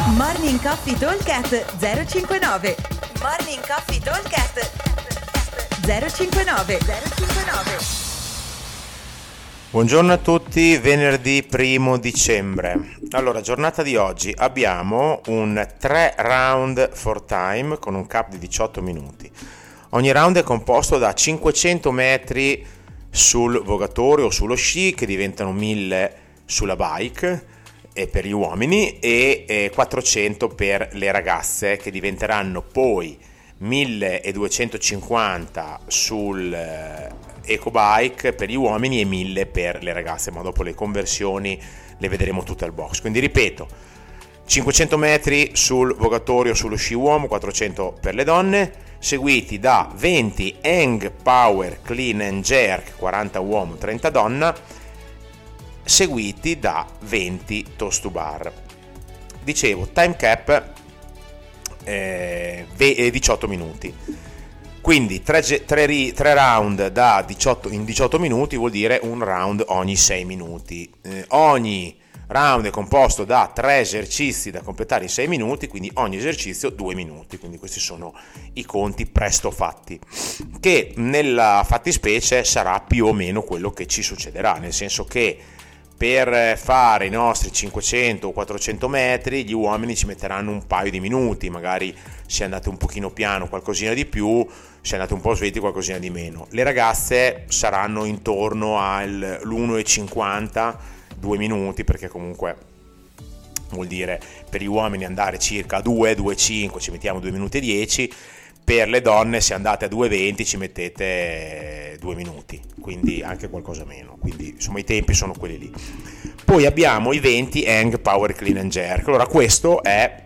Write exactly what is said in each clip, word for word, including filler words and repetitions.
Morning Coffee Talkcast zero cinquantanove. Morning Coffee Talkcast zero cinquantanove. zero cinquantanove. Buongiorno a tutti, venerdì primo dicembre. Allora, giornata di oggi abbiamo un tre round for time con un cap di diciotto minuti. Ogni round è composto da cinquecento metri sul vogatorio o sullo sci, che diventano mille sulla bike e per gli uomini, e eh, quattrocento per le ragazze, che diventeranno poi milleduecentocinquanta sul eh, ecobike per gli uomini e mille per le ragazze, ma dopo le conversioni le vedremo tutte al box. Quindi ripeto, cinquecento metri sul vogatorio sullo sci uomo, quattrocento per le donne, seguiti da venti hang power clean and jerk, quaranta uomo, trenta donna, seguiti da venti toast to bar. Dicevo, time cap eh, diciotto minuti, quindi tre round da diciotto, in diciotto minuti vuol dire un round ogni sei minuti. Eh, ogni round è composto da tre esercizi da completare in sei minuti, quindi ogni esercizio due minuti, quindi questi sono i conti presto fatti, che nella fattispecie sarà più o meno quello che ci succederà, nel senso che per fare i nostri cinquecento o quattrocento metri gli uomini ci metteranno un paio di minuti, magari se andate un pochino piano qualcosina di più, se andate un po' svetti qualcosina di meno. Le ragazze saranno intorno all'uno e cinquanta, due minuti, perché comunque vuol dire per gli uomini andare circa a due, due e cinque, ci mettiamo due minuti e dieci. Per le donne, se andate a due e venti ci mettete due minuti, quindi anche qualcosa meno, quindi insomma i tempi sono quelli lì. Poi abbiamo i venti hang power clean and jerk. Allora, questo è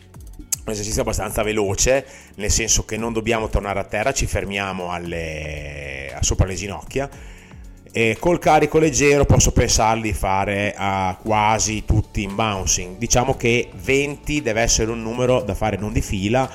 un esercizio abbastanza veloce, nel senso che non dobbiamo tornare a terra, ci fermiamo alle, sopra le ginocchia, e col carico leggero posso pensare di fare a quasi tutti in bouncing. Diciamo che venti deve essere un numero da fare non di fila,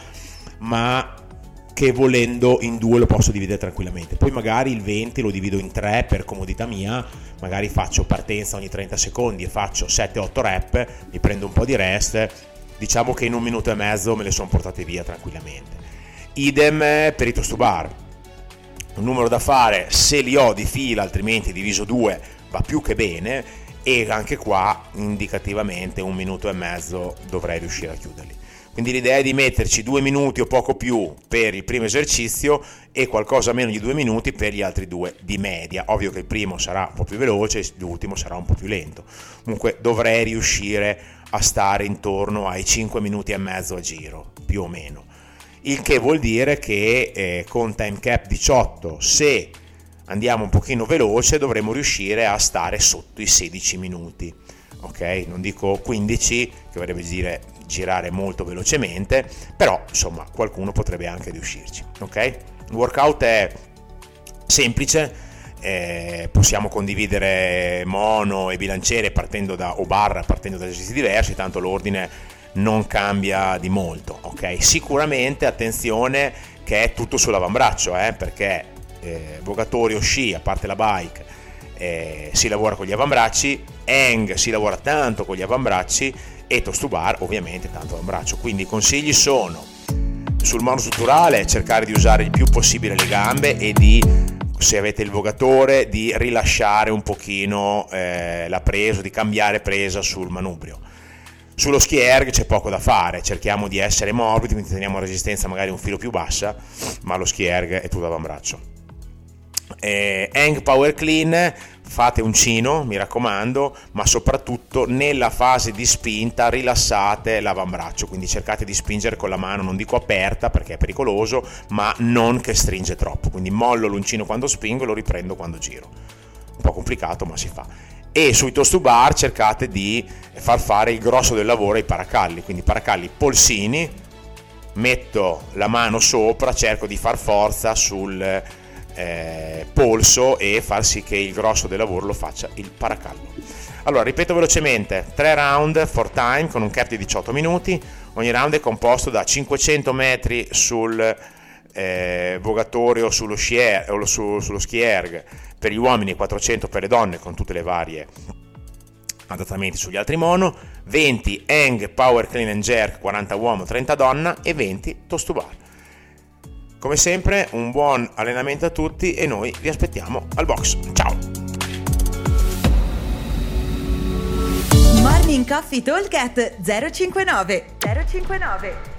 ma che volendo in due lo posso dividere tranquillamente. Poi magari il venti lo divido in tre per comodità mia, magari faccio partenza ogni trenta secondi e faccio sette otto rep, mi prendo un po' di rest, diciamo che in un minuto e mezzo me le sono portate via tranquillamente. Idem per i toast to bar, un numero da fare se li ho di fila, altrimenti diviso due va più che bene, e anche qua indicativamente un minuto e mezzo dovrei riuscire a chiuderli. Quindi l'idea è di metterci due minuti o poco più per il primo esercizio e qualcosa meno di due minuti per gli altri due di media. Ovvio che il primo sarà un po' più veloce, l'ultimo sarà un po' più lento. Comunque dovrei riuscire a stare intorno ai cinque minuti e mezzo a giro, più o meno. Il che vuol dire che eh, con time cap diciotto, se andiamo un pochino veloce, dovremo riuscire a stare sotto i sedici minuti. Ok, non dico quindici, che vorrebbe dire girare molto velocemente, però insomma qualcuno potrebbe anche riuscirci. Ok, il workout è semplice, eh, possiamo condividere mono e bilanciere partendo da o barra partendo da esercizi diversi, tanto l'ordine non cambia di molto. Ok, sicuramente attenzione che è tutto sull'avambraccio, eh, perché eh, vogatorio, sci, a parte la bike, Eh, si lavora con gli avambracci, hang si lavora tanto con gli avambracci, e toast to bar ovviamente tanto avambraccio. Quindi i consigli sono: sul monostrutturale cercare di usare il più possibile le gambe e di, se avete il vogatore, di rilasciare un pochino eh, la presa, di cambiare presa sul manubrio. Sullo ski erg c'è poco da fare, cerchiamo di essere morbidi, quindi teniamo resistenza magari un filo più bassa, ma lo ski erg è tutto avambraccio. Eh, hang power clean, fate uncino, mi raccomando, ma soprattutto nella fase di spinta rilassate l'avambraccio, quindi cercate di spingere con la mano, non dico aperta perché è pericoloso, ma non che stringe troppo, quindi mollo l'uncino quando spingo e lo riprendo quando giro. Un po' complicato, ma si fa. E sui toast to bar cercate di far fare il grosso del lavoro ai paracalli, quindi paracalli polsini, metto la mano sopra, cerco di far forza sul Eh, polso e far sì che il grosso del lavoro lo faccia il paracallo. Allora, ripeto velocemente: tre round for time con un cap di diciotto minuti. Ogni round è composto da cinquecento metri sul eh, vogatorio sullo sci o su, sullo ski erg per gli uomini e quattrocento per le donne, con tutte le varie adattamenti sugli altri mono, venti hang power clean and jerk, quaranta uomo, trenta donna e venti toast to bar. Come sempre un buon allenamento a tutti e noi vi aspettiamo al box. Ciao! Morning Coffee Talk at zero cinquantanove zero cinquantanove